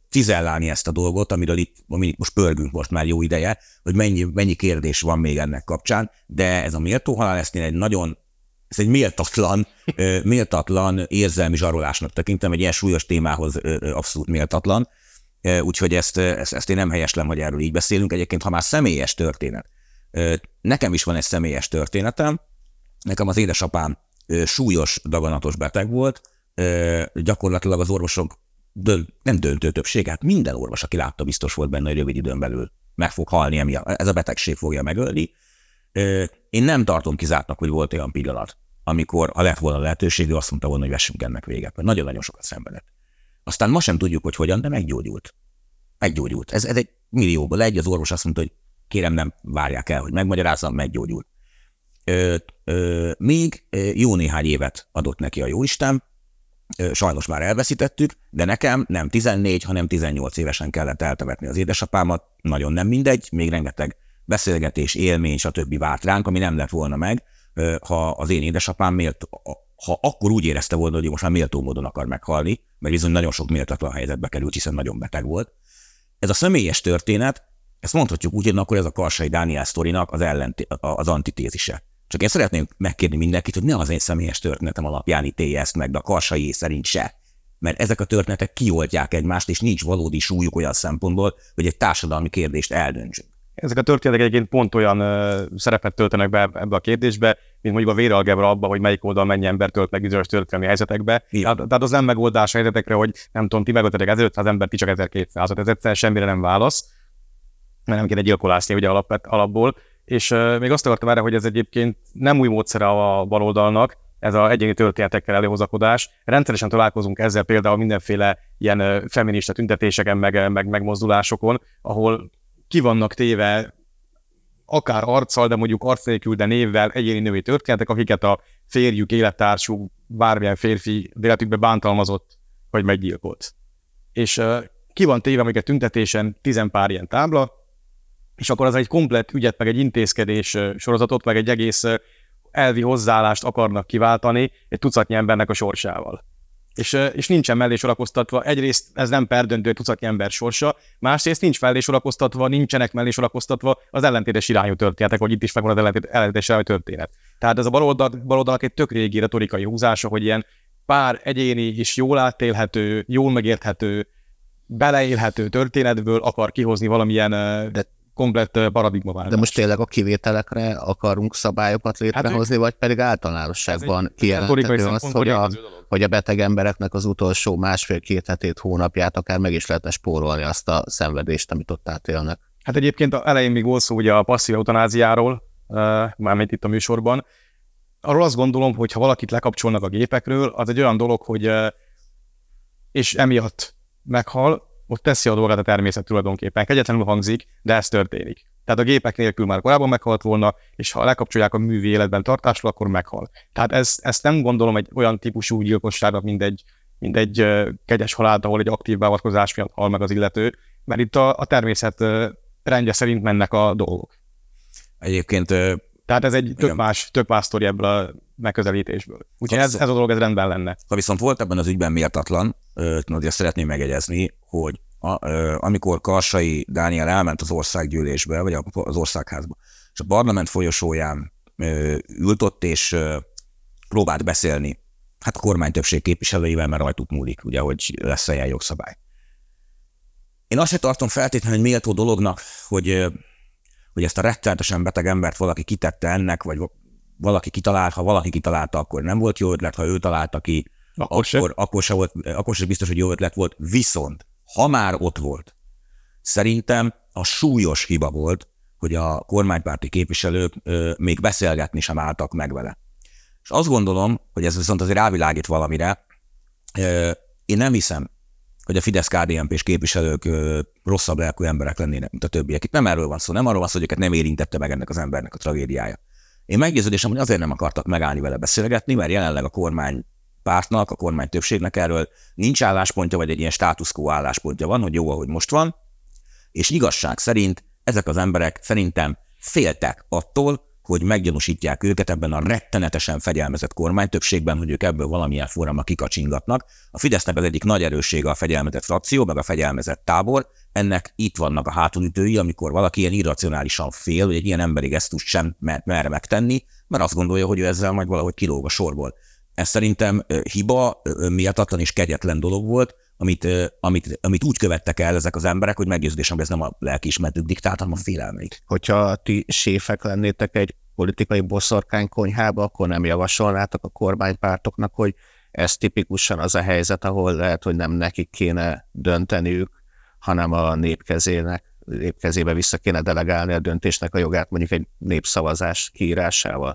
cizellálni ezt a dolgot, amiről most pörgünk most már jó ideje, hogy mennyi kérdés van még ennek kapcsán, de ez a méltó halál, ezt én ez egy méltatlan érzelmi zsarolásnak tekintem, egy ilyen súlyos témához abszolút méltatlan, úgyhogy ezt én nem helyeslem, hogy erről így beszélünk. Egyébként, ha már személyes történet, nekem is van egy személyes történetem, nekem az édesapám súlyos daganatos beteg volt, gyakorlatilag az orvosok nem döntő többség, hát minden orvos, aki látta, biztos volt benne, hogy rövid időn belül meg fog halni, ez a betegség fogja megölni. Én nem tartom kizártnak, hogy volt olyan pillanat, amikor, ha lett volna lehetőség, azt mondta volna, hogy vessünk ennek véget, mert nagyon-nagyon sokat szenvedett. Aztán ma sem tudjuk, hogy hogyan, de meggyógyult. Meggyógyult. Ez egy millióból egy, az orvos azt mondta, hogy kérem, nem várják el, hogy megmagyarázzam, meggyógyult. Még jó néhány évet adott neki a jóisten, sajnos már elveszítettük, de nekem nem 14, hanem 18 évesen kellett eltemetni az édesapámat, nagyon nem mindegy, még rengeteg beszélgetés, élmény, stb. Várt ránk, ami nem lett volna meg, ha az én édesapám ha akkor úgy érezte volna, hogy most már méltó módon akar meghalni, mert bizony nagyon sok méltatlan helyzetbe került, hiszen nagyon beteg volt. Ez a személyes történet, ezt mondhatjuk úgy, hogy akkor ez a Karsai Dániel sztorinak az antitézise. Csak én szeretném megkérni mindenkit, hogy ne az én személyes történetem alapján ítélje ezt meg, de a Karsaié szerint se. Mert ezek a történetek kioltják egymást, és nincs valódi súlyuk olyan szempontból, hogy egy társadalmi kérdést eldöntsünk. Ezek a történetek egyébként pont olyan szerepet töltenek be ebbe a kérdésbe, mint mondjuk a véralgebra abba, hogy melyik oldal mennyi ember tölt meg bizonyos történelmi helyzetekbe. Tehát az nem megoldás a helyzetekre, hogy nem tudom, ti megöltetek 1500 embert, ti csak 1200-at. Ez egyszerűen semmire nem válasz, mert nem kéne gyilkolászni ugye alapból. És még azt akartam erre, hogy ez egyébként nem új módszere a baloldalnak, ez az egyéni történetekkel előhozakodás. Rendszeresen találkozunk ezzel például mindenféle ilyen feminista tüntetéseken, meg megmozdulásokon, ahol ki vannak téve akár arccal, de mondjuk arc nélkül, de névvel egyéni női történetek, akiket a férjük, élettársuk, bármilyen férfi életükbe bántalmazott, vagy meggyilkolt. És ki van téve mondjuk egy tüntetésen 10 pár ilyen tábla, és akkor az egy komplett ügyet, meg egy intézkedés sorozatot, meg egy egész elvi hozzáállást akarnak kiváltani egy tucatnyi embernek a sorsával. És nincsen mellé sorakoztatva, egyrészt ez nem perdöntő tucatnyi ember sorsa, másrészt nincs mellé sorakoztatva, nincsenek mellé sorakoztatva az ellentétes irányú történetek, vagy itt is megvan az ellentétes irányú történet. Tehát ez a baloldalnak egy tök régi retorikai húzása, hogy ilyen pár egyéni és jól átélhető, jól megérthető, beleélhető történetből akar kihozni valamilyen komplett paradigmaváltás. De most tényleg a kivételekre akarunk szabályokat létrehozni, vagy pedig általánosságban kijelenthető az, hogy a beteg embereknek az utolsó 1,5-2 hetét, hónapját akár meg is lehetne spórolni azt a szenvedést, amit ott átélnek. Hát egyébként elején még volt szó ugye a passzív eutanáziáról, mármint itt a műsorban. Arról azt gondolom, hogy ha valakit lekapcsolnak a gépekről, az egy olyan dolog, hogy és emiatt meghal, ott teszi a dolgát a természet tulajdonképpen. Kegyetlenül hangzik, de ez történik. Tehát a gépek nélkül már korábban meghalt volna, és ha lekapcsolják a művi életben tartásra, akkor meghal. Tehát ezt nem gondolom egy olyan típusú gyilkosságnak, mint egy kegyes halált, ahol egy aktív beavatkozás miatt hal meg az illető, mert itt a természet rendje szerint mennek a dolgok. Egyébként... Tehát ez egy tök más sztori ebből a megközelítésből. Úgyhogy ez a dolog ez rendben lenne. Ha viszont volt ebben az ügyben méltatlan, azért szeretném megjegyezni, hogy amikor Karsai Dániel elment az országgyűlésbe, vagy az országházba, és a parlament folyosóján ült ott, és próbált beszélni, hát a kormány többség képviselőivel, mert rajtuk múlik, ugye, hogy lesz ilyen jogszabály. Én azt sem tartom feltétlenül egy méltó dolognak, hogy ezt a rettenetesen beteg embert valaki kitette ennek, vagy valaki kitalálta, ha valaki kitalálta, akkor nem volt jó ötlet, ha ő találta ki, akkor se biztos, hogy jó ötlet volt. Viszont, ha már ott volt, szerintem a súlyos hiba volt, hogy a kormánypárti képviselők még beszélgetni sem álltak meg vele. És azt gondolom, hogy ez viszont azért rávilágít valamire. Én nem hiszem, hogy a Fidesz-KDNP-s képviselők rosszabb lelkű emberek lennének, mint a többiek. Itt nem erről van szó, nem arról van szó, hogy őket nem érintette meg ennek az embernek a tragédiája. Én meggyőződésem, hogy azért nem akartak megállni vele beszélgetni, mert jelenleg a kormánypártnak, a kormány többségnek erről nincs álláspontja, vagy egy ilyen status quo álláspontja van, hogy jó, ahogy most van, és igazság szerint ezek az emberek szerintem féltek attól, hogy meggyanúsítják őket ebben a rettenetesen fegyelmezett kormány többségben, hogy ők ebből valamilyen formában kikacsingatnak. A Fidesznek az egyik nagy erőssége a fegyelmezett frakció, meg a fegyelmezett tábor. Ennek itt vannak a hátulütői, amikor valaki ilyen irracionálisan fél, hogy egy ilyen emberi gesztust sem mer megtenni, mert azt gondolja, hogy ő ezzel majd valahogy kilóg a sorból. Ez szerintem hiba, méltatlan és kegyetlen dolog volt, amit úgy követtek el ezek az emberek, hogy meggyőződésem, hogy ez nem a lelkiismeretük diktát, hanem a félelmeik. Hogyha ti séfek lennétek egy politikai boszorkánykonyhába, akkor nem javasolnátok a kormánypártoknak, hogy ez tipikusan az a helyzet, ahol lehet, hogy nem nekik kéne dönteniük, hanem a nép kezébe vissza kéne delegálni a döntésnek a jogát, mondjuk egy népszavazás kiírásával.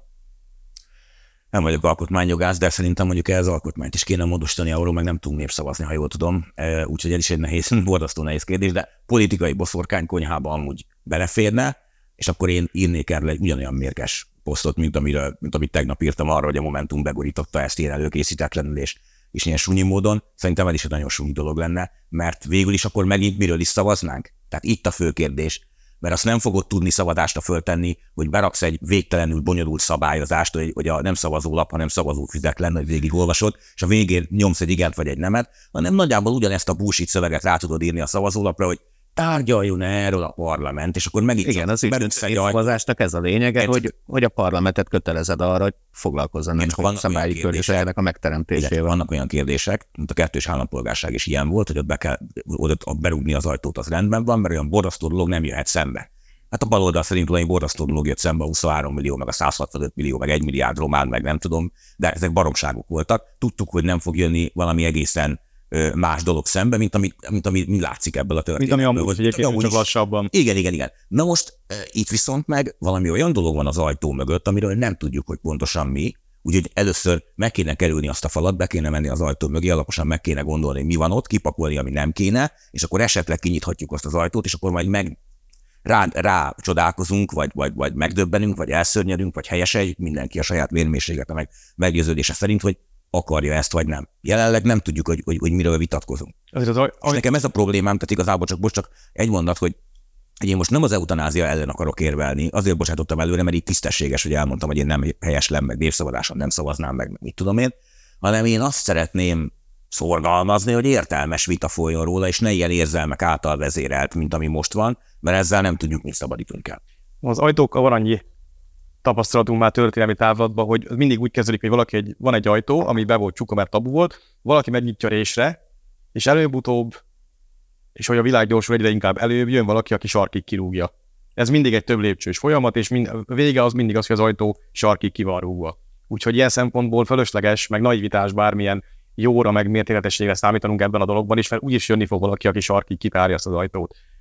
Nem vagyok alkotmányjogász, de szerintem mondjuk ez alkotmányt is kéne módosítani, arról meg nem tudunk népszavazni, ha jól tudom. Úgyhogy ez is egy nehéz, borzasztó nehéz kérdés, de politikai boszorkánykonyhába amúgy beleférne, és akkor én írnék erre egy ugyanolyan mérges posztot, mint amit tegnap írtam arra, hogy a Momentum begurította ezt ilyen előkészítetlenül és ilyen sunyi módon. Szerintem ez is egy nagyon sunyi dolog lenne, mert végül is akkor megint miről is szavaznánk? Tehát itt a fő kérdés. Mert azt nem fogod tudni szavazásra föltenni, hogy beraksz egy végtelenül bonyolult szabályozást, hogy a nem szavazólap, hanem szavazófüzetlen, hogy végigolvasod, és a végén nyomsz egy igent vagy egy nemet, hanem nagyjából ugyanezt a bullshit szöveget rá tudod írni a szavazólapra, hogy tárgyaljon erről a parlament, és akkor megint... Igen, az ügynökségi szavazásnak ez a lényege, hogy a parlamentet kötelezed arra, hogy foglalkozzanak a szabályi környezetnek a megteremtésével. Vannak olyan kérdések, mint a kettős állampolgárság is ilyen volt, hogy ott be kell berúgni az ajtót, az rendben van, mert olyan borzasztó dolog nem jöhet szembe. Hát a baloldal szerint valami borzasztó dolog jött szembe, a 23 millió, meg a 165 millió, meg 1 milliárd román, meg nem tudom, de ezek baromságok voltak. Tudtuk, hogy nem fog jönni valami egészen más dolog szembe, mint ami látszik ebből a történetből. Mint ami amúgy egyébként csak lassabban. Igen. Na most itt viszont meg valami olyan dolog van az ajtó mögött, amiről nem tudjuk, hogy pontosan mi, úgyhogy először meg kéne kerülni azt a falat, be kéne menni az ajtó mögé, alaposan meg kéne gondolni, mi van ott, kipakolni, ami nem kéne, és akkor esetleg kinyithatjuk azt az ajtót, és akkor majd rá csodálkozunk, vagy megdöbbenünk, vagy elszörnyedünk, vagy helyeseljük mindenki a saját vérmélységet, meg meggyőződése szerint, hogy akarja ezt, vagy nem. Jelenleg nem tudjuk, hogy miről vitatkozunk. És nekem ez a problémám, tehát igazából csak egy mondat, hogy én most nem az eutanázia ellen akarok érvelni, azért bocsátottam előre, mert itt tisztességes, hogy elmondtam, hogy én nem helyeslem, meg népszavazáson nem szavaznám meg mit tudom én, hanem én azt szeretném szorgalmazni, hogy értelmes vita folyjon róla, és ne ilyen érzelmek által vezérelt, mint ami most van, mert ezzel nem tudjuk, mit szabadítunk el. Az ajtókkal van annyi tapasztalatunk már történelmi távlatban, hogy mindig úgy kezdődik, hogy van egy ajtó, ami be volt csukva, mert tabu volt, valaki megnyitja résre, és előbb-utóbb, és hogy a világ gyorsul egyre inkább előbb, jön valaki, aki sarkig kirúgja. Ez mindig egy több lépcsős folyamat, és a vége az mindig az, hogy az ajtó sarkig ki van rúgva. Úgyhogy ilyen szempontból fölösleges, meg naivitás bármilyen jóra, meg mértékletességre számítanunk ebben a dologban is, mert úgyis jönni fog valaki, aki sarkig kitárja azt az ajtót.